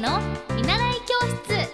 の見習い教室。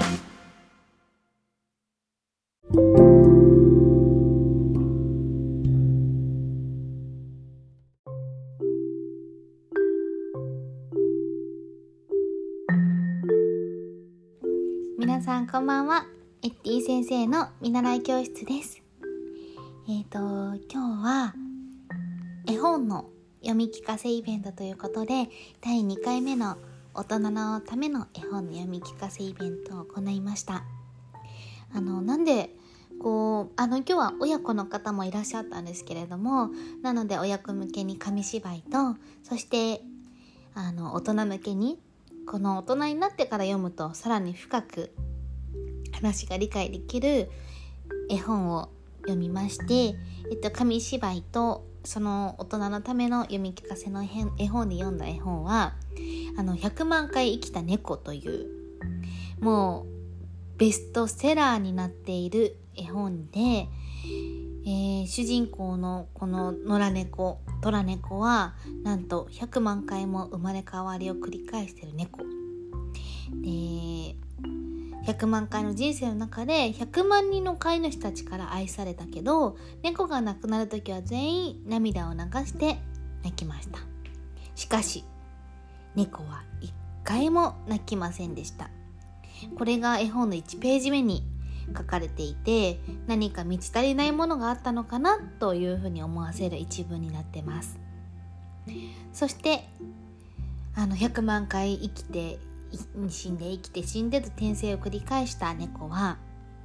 皆さんこんばんは。エッティ先生の見習い教室です。今日は絵本の読み聞かせイベントということで、第2回目の大人のための絵本の読み聞かせイベントを行いました。なんで今日は親子の方もいらっしゃったんですけれども、なので親子向けに紙芝居と、そして大人向けに、この大人になってから読むとさらに深く話が理解できる絵本を読みまして、紙芝居とその大人のための読み聞かせの絵本で読んだ絵本は100万回生きた猫というもうベストセラーになっている絵本で、主人公のこの野良猫トラ猫はなんと100万回も生まれ変わりを繰り返している猫で、100万回の人生の中で100万人の飼い主たちから愛されたけど、猫が亡くなるときは全員涙を流して泣きました。しかし猫は一回も泣きませんでした。これが絵本の1ページ目に書かれていて、何か満ち足りないものがあったのかなというふうに思わせる一文になってます。そして100万回生きて死んで生きて死んでと転生を繰り返した猫は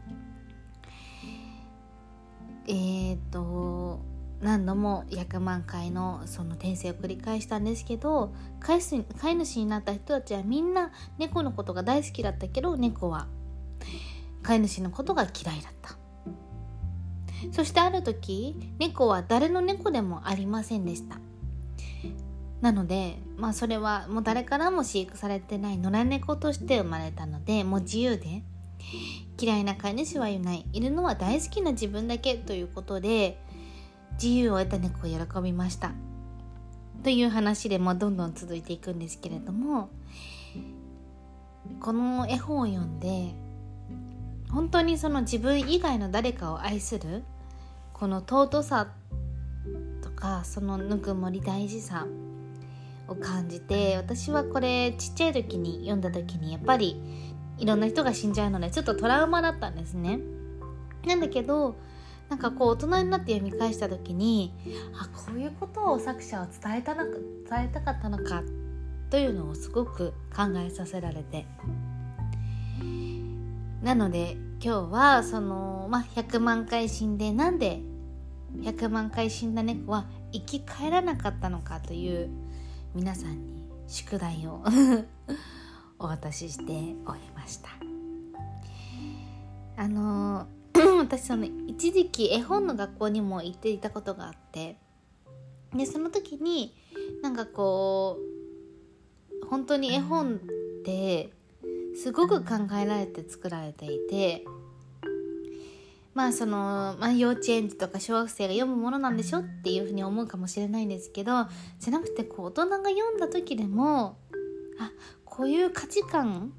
何度も100万回のその転生を繰り返したんですけど、飼い主になった人たちはみんな猫のことが大好きだったけど、猫は飼い主のことが嫌いだった。そしてある時、猫は誰の猫でもありませんでした。なのでそれはもう誰からも飼育されてない野良猫として生まれたので、もう自由で嫌いな飼い主はいない、いるのは大好きな自分だけということで、自由を得た猫を喜びましたという話でどんどん続いていくんですけれども、この絵本を読んで本当にその自分以外の誰かを愛するこの尊さとか、そのぬくもり大事さを感じて、私はこれちっちゃい時に読んだ時にやっぱりいろんな人が死んじゃうのでちょっとトラウマだったんですね。なんだけど大人になって読み返した時に、こういうことを作者は伝えたかったのかというのをすごく考えさせられて、なので今日は100万回死んで、なんで100万回死んだ猫は生き返らなかったのかという皆さんに宿題をお渡ししておりました。私一時期絵本の学校にも行っていたことがあって、でその時に本当に絵本ってすごく考えられて作られていて、幼稚園児とか小学生が読むものなんでしょっていうふうに思うかもしれないんですけど、じゃなくて大人が読んだ時でもこういう価値観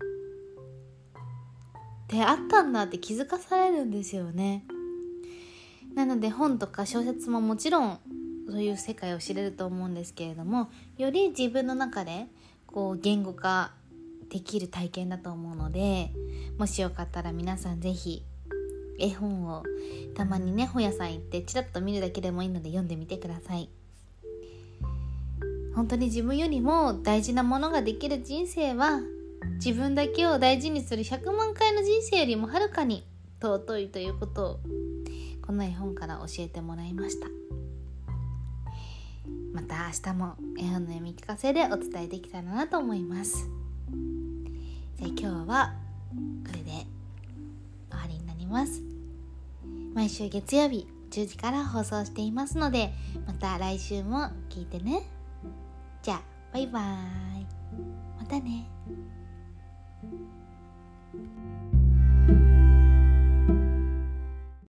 ってあったんだって気づかされるんですよね。なので本とか小説ももちろんそういう世界を知れると思うんですけれども、より自分の中で言語化できる体験だと思うので、もしよかったら皆さんぜひ絵本をたまにね、本屋さん行ってチラッと見るだけでもいいので読んでみてください。本当に自分よりも大事なものができる人生は、自分だけを大事にする100万回の人生よりもはるかに尊いということをこの絵本から教えてもらいました。また明日も絵本の読み聞かせでお伝えできたらなと思います。じゃあ今日はこれで終わりになります。毎週月曜日10時から放送していますので、また来週も聞いてね。じゃあバイバーイ、またね。